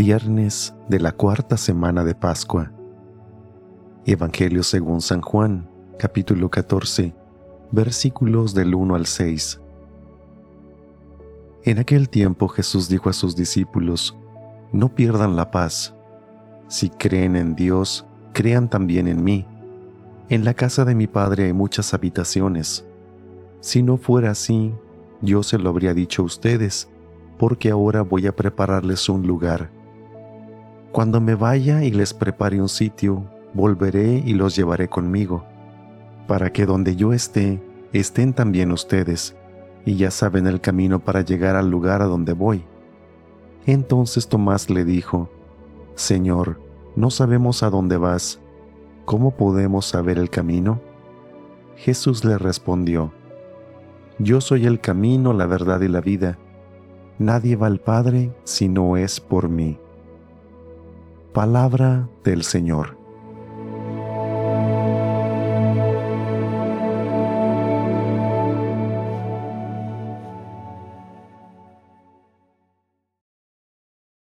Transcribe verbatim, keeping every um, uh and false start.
Viernes de la cuarta semana de Pascua. Evangelio según San Juan, capítulo catorce, versículos del uno al seis. En aquel tiempo Jesús dijo a sus discípulos: No pierdan la paz. Si creen en Dios, crean también en mí. En la casa de mi Padre hay muchas habitaciones. Si no fuera así, yo se lo habría dicho a ustedes, porque ahora voy a prepararles un lugar. Cuando me vaya y les prepare un sitio, volveré y los llevaré conmigo, para que donde yo esté, estén también ustedes, y ya saben el camino para llegar al lugar a donde voy. Entonces Tomás le dijo: Señor, no sabemos a dónde vas. ¿Cómo podemos saber el camino? Jesús le respondió: Yo soy el camino, la verdad y la vida. Nadie va al Padre si no es por mí. Palabra del Señor.